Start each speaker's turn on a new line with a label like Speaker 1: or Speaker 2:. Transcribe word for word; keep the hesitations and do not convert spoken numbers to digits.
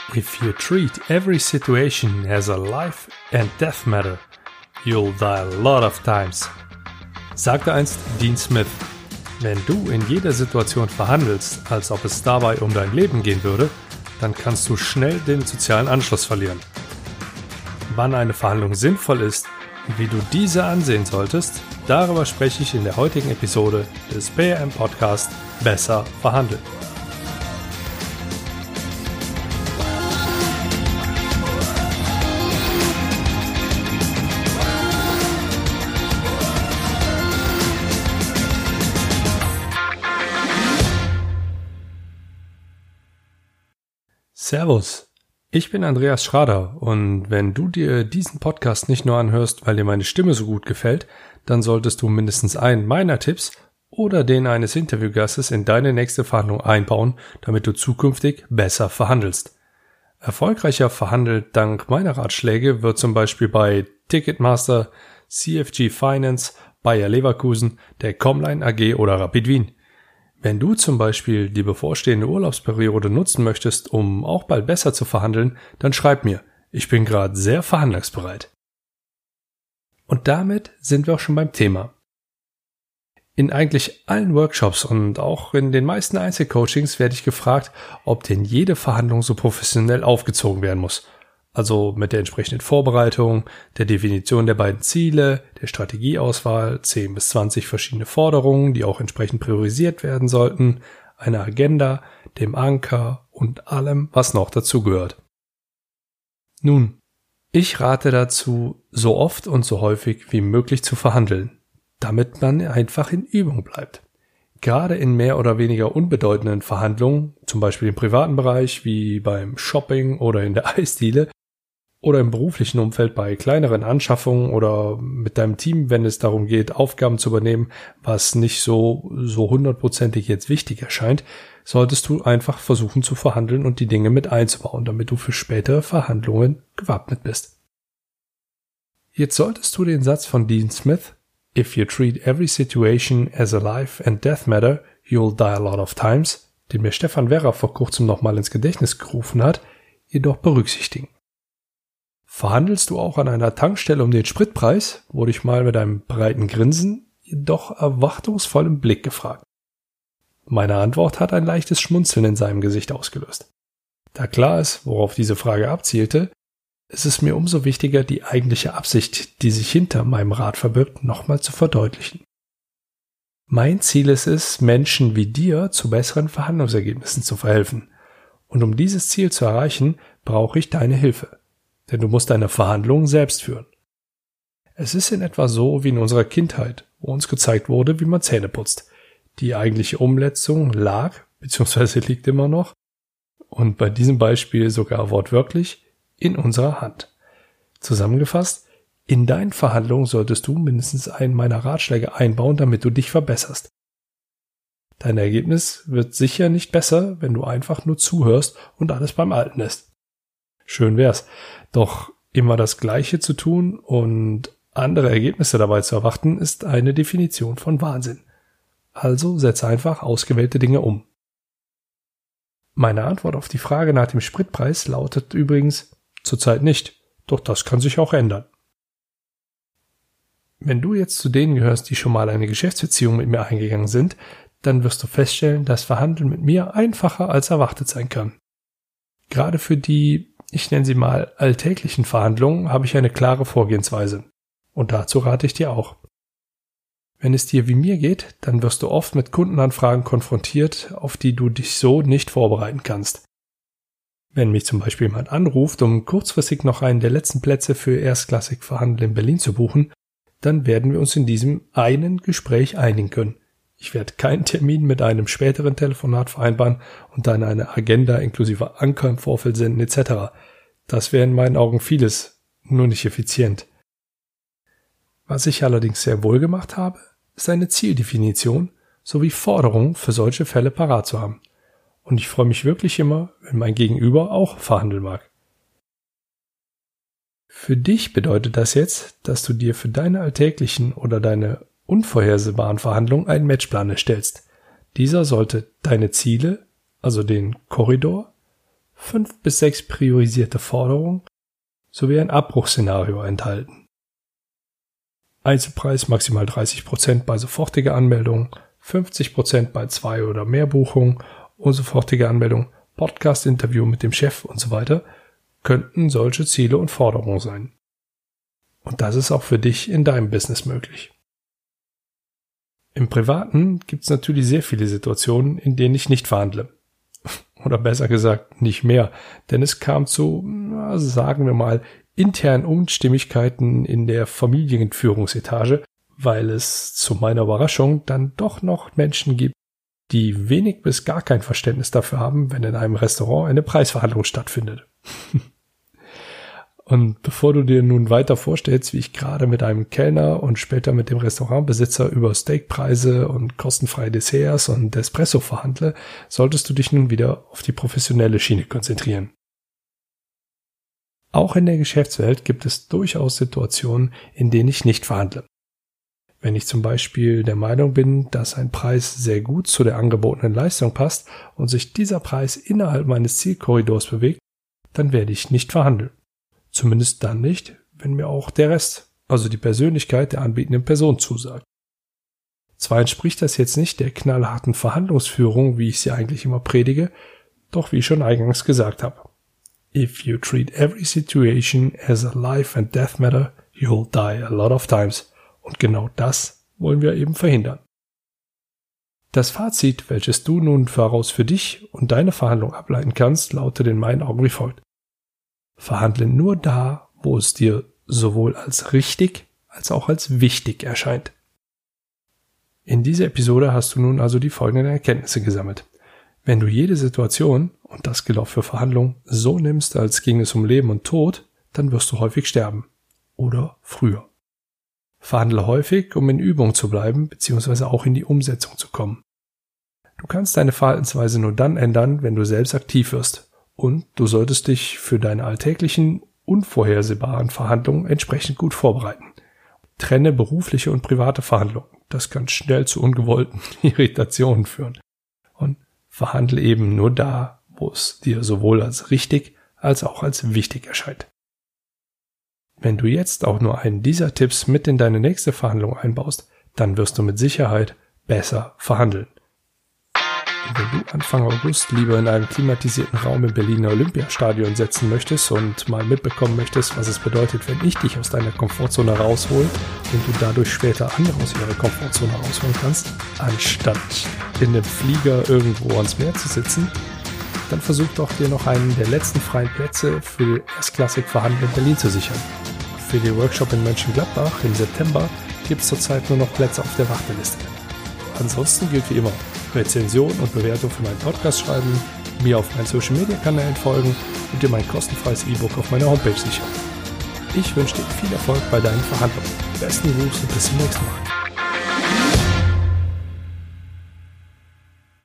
Speaker 1: If you treat every situation as a life and death matter, you'll die a lot of times, sagte einst Dean Smith. Wenn du in jeder Situation verhandelst, als ob es dabei um dein Leben gehen würde, dann kannst du schnell den sozialen Anschluss verlieren. Wann eine Verhandlung sinnvoll ist und wie du diese ansehen solltest, darüber spreche ich in der heutigen Episode des P R M Podcast Besser verhandeln. Servus, ich bin Andreas Schrader und wenn du dir diesen Podcast nicht nur anhörst, weil dir meine Stimme so gut gefällt, dann solltest du mindestens einen meiner Tipps oder den eines Interviewgastes in deine nächste Verhandlung einbauen, damit du zukünftig besser verhandelst. Erfolgreicher verhandelt dank meiner Ratschläge wird zum Beispiel bei Ticketmaster, C F G Finance, Bayer Leverkusen, der Comline A G oder Rapid Wien. Wenn du zum Beispiel die bevorstehende Urlaubsperiode nutzen möchtest, um auch bald besser zu verhandeln, dann schreib mir. Ich bin gerade sehr verhandlungsbereit. Und damit sind wir auch schon beim Thema. In eigentlich allen Workshops und auch in den meisten Einzelcoachings werde ich gefragt, ob denn jede Verhandlung so professionell aufgezogen werden muss. Also mit der entsprechenden Vorbereitung, der Definition der beiden Ziele, der Strategieauswahl, zehn bis zwanzig verschiedene Forderungen, die auch entsprechend priorisiert werden sollten, einer Agenda, dem Anker und allem, was noch dazugehört. Nun, ich rate dazu, so oft und so häufig wie möglich zu verhandeln, damit man einfach in Übung bleibt. Gerade in mehr oder weniger unbedeutenden Verhandlungen, zum Beispiel im privaten Bereich wie beim Shopping oder in der Eisdiele, oder im beruflichen Umfeld bei kleineren Anschaffungen oder mit deinem Team, wenn es darum geht, Aufgaben zu übernehmen, was nicht so so hundertprozentig jetzt wichtig erscheint, solltest du einfach versuchen zu verhandeln und die Dinge mit einzubauen, damit du für spätere Verhandlungen gewappnet bist. Jetzt solltest du den Satz von Dean Smith, "If you treat every situation as a life and death matter, you'll die a lot of times", den mir Stefan Werra vor kurzem nochmal ins Gedächtnis gerufen hat, jedoch berücksichtigen. Verhandelst du auch an einer Tankstelle um den Spritpreis, wurde ich mal mit einem breiten Grinsen, jedoch erwartungsvollem Blick gefragt. Meine Antwort hat ein leichtes Schmunzeln in seinem Gesicht ausgelöst. Da klar ist, worauf diese Frage abzielte, ist es mir umso wichtiger, die eigentliche Absicht, die sich hinter meinem Rat verbirgt, nochmal zu verdeutlichen. Mein Ziel ist es, Menschen wie dir zu besseren Verhandlungsergebnissen zu verhelfen. Und um dieses Ziel zu erreichen, brauche ich deine Hilfe. Denn du musst deine Verhandlungen selbst führen. Es ist in etwa so wie in unserer Kindheit, wo uns gezeigt wurde, wie man Zähne putzt. Die eigentliche Umsetzung lag, beziehungsweise liegt immer noch, und bei diesem Beispiel sogar wortwörtlich, in unserer Hand. Zusammengefasst, in deinen Verhandlungen solltest du mindestens einen meiner Ratschläge einbauen, damit du dich verbesserst. Dein Ergebnis wird sicher nicht besser, wenn du einfach nur zuhörst und alles beim Alten lässt. Schön wär's. Doch immer das Gleiche zu tun und andere Ergebnisse dabei zu erwarten, ist eine Definition von Wahnsinn. Also setze einfach ausgewählte Dinge um. Meine Antwort auf die Frage nach dem Spritpreis lautet übrigens zurzeit nicht, doch das kann sich auch ändern. Wenn du jetzt zu denen gehörst, die schon mal eine Geschäftsbeziehung mit mir eingegangen sind, dann wirst du feststellen, dass Verhandeln mit mir einfacher als erwartet sein kann. Gerade für die, ich nenne sie mal alltäglichen Verhandlungen, habe ich eine klare Vorgehensweise. Und dazu rate ich dir auch. Wenn es dir wie mir geht, dann wirst du oft mit Kundenanfragen konfrontiert, auf die du dich so nicht vorbereiten kannst. Wenn mich zum Beispiel jemand anruft, um kurzfristig noch einen der letzten Plätze für erstklassig Verhandeln in Berlin zu buchen, dann werden wir uns in diesem einen Gespräch einigen können. Ich werde keinen Termin mit einem späteren Telefonat vereinbaren und dann eine Agenda inklusive Anker im Vorfeld senden et cetera. Das wäre in meinen Augen vieles, nur nicht effizient. Was ich allerdings sehr wohl gemacht habe, ist eine Zieldefinition sowie Forderungen für solche Fälle parat zu haben. Und ich freue mich wirklich immer, wenn mein Gegenüber auch verhandeln mag. Für dich bedeutet das jetzt, dass du dir für deine alltäglichen oder deine unvorhersehbaren Verhandlungen einen Matchplan erstellst. Dieser sollte deine Ziele, also den Korridor, fünf bis sechs priorisierte Forderungen sowie ein Abbruchsszenario enthalten. Einzelpreis maximal dreißig Prozent bei sofortiger Anmeldung, fünfzig Prozent bei zwei oder mehr Buchungen und sofortige Anmeldung, Podcast-Interview mit dem Chef und so weiter, könnten solche Ziele und Forderungen sein. Und das ist auch für dich in deinem Business möglich. Im Privaten gibt es natürlich sehr viele Situationen, in denen ich nicht verhandle. Oder besser gesagt, nicht mehr. Denn es kam zu, sagen wir mal, internen Unstimmigkeiten in der Familienführungsetage, weil es zu meiner Überraschung dann doch noch Menschen gibt, die wenig bis gar kein Verständnis dafür haben, wenn in einem Restaurant eine Preisverhandlung stattfindet. Und bevor du dir nun weiter vorstellst, wie ich gerade mit einem Kellner und später mit dem Restaurantbesitzer über Steakpreise und kostenfreie Desserts und Espresso verhandle, solltest du dich nun wieder auf die professionelle Schiene konzentrieren. Auch in der Geschäftswelt gibt es durchaus Situationen, in denen ich nicht verhandle. Wenn ich zum Beispiel der Meinung bin, dass ein Preis sehr gut zu der angebotenen Leistung passt und sich dieser Preis innerhalb meines Zielkorridors bewegt, dann werde ich nicht verhandeln. Zumindest dann nicht, wenn mir auch der Rest, also die Persönlichkeit der anbietenden Person zusagt. Zwar entspricht das jetzt nicht der knallharten Verhandlungsführung, wie ich sie eigentlich immer predige, doch wie ich schon eingangs gesagt habe. If you treat every situation as a life and death matter, you'll die a lot of times. Und genau das wollen wir eben verhindern. Das Fazit, welches du nun daraus für dich und deine Verhandlung ableiten kannst, lautet in meinen Augen wie folgt. Verhandle nur da, wo es dir sowohl als richtig als auch als wichtig erscheint. In dieser Episode hast du nun also die folgenden Erkenntnisse gesammelt. Wenn du jede Situation, und das gilt auch für Verhandlungen, so nimmst, als ging es um Leben und Tod, dann wirst du häufig sterben. Oder früher. Verhandle häufig, um in Übung zu bleiben, beziehungsweise auch in die Umsetzung zu kommen. Du kannst deine Verhaltensweise nur dann ändern, wenn du selbst aktiv wirst. Und du solltest dich für deine alltäglichen, unvorhersehbaren Verhandlungen entsprechend gut vorbereiten. Trenne berufliche und private Verhandlungen. Das kann schnell zu ungewollten Irritationen führen. Und verhandle eben nur da, wo es dir sowohl als richtig als auch als wichtig erscheint. Wenn du jetzt auch nur einen dieser Tipps mit in deine nächste Verhandlung einbaust, dann wirst du mit Sicherheit besser verhandeln. Und wenn du Anfang August lieber in einem klimatisierten Raum im Berliner Olympiastadion sitzen möchtest und mal mitbekommen möchtest, was es bedeutet, wenn ich dich aus deiner Komfortzone raushole und du dadurch später andere aus ihrer Komfortzone rausholen kannst, anstatt in einem Flieger irgendwo ans Meer zu sitzen, dann versuch doch dir noch einen der letzten freien Plätze für erstklassig Verhandeln in Berlin zu sichern. Für den Workshop in Mönchengladbach im September gibt es zurzeit nur noch Plätze auf der Warteliste. Ansonsten gilt wie immer, Rezension und Bewertung für meinen Podcast schreiben, mir auf meinen Social Media Kanälen folgen und dir mein kostenfreies E-Book auf meiner Homepage sichern. Ich wünsche dir viel Erfolg bei deinen Verhandlungen. Besten Gruß und bis zum nächsten Mal.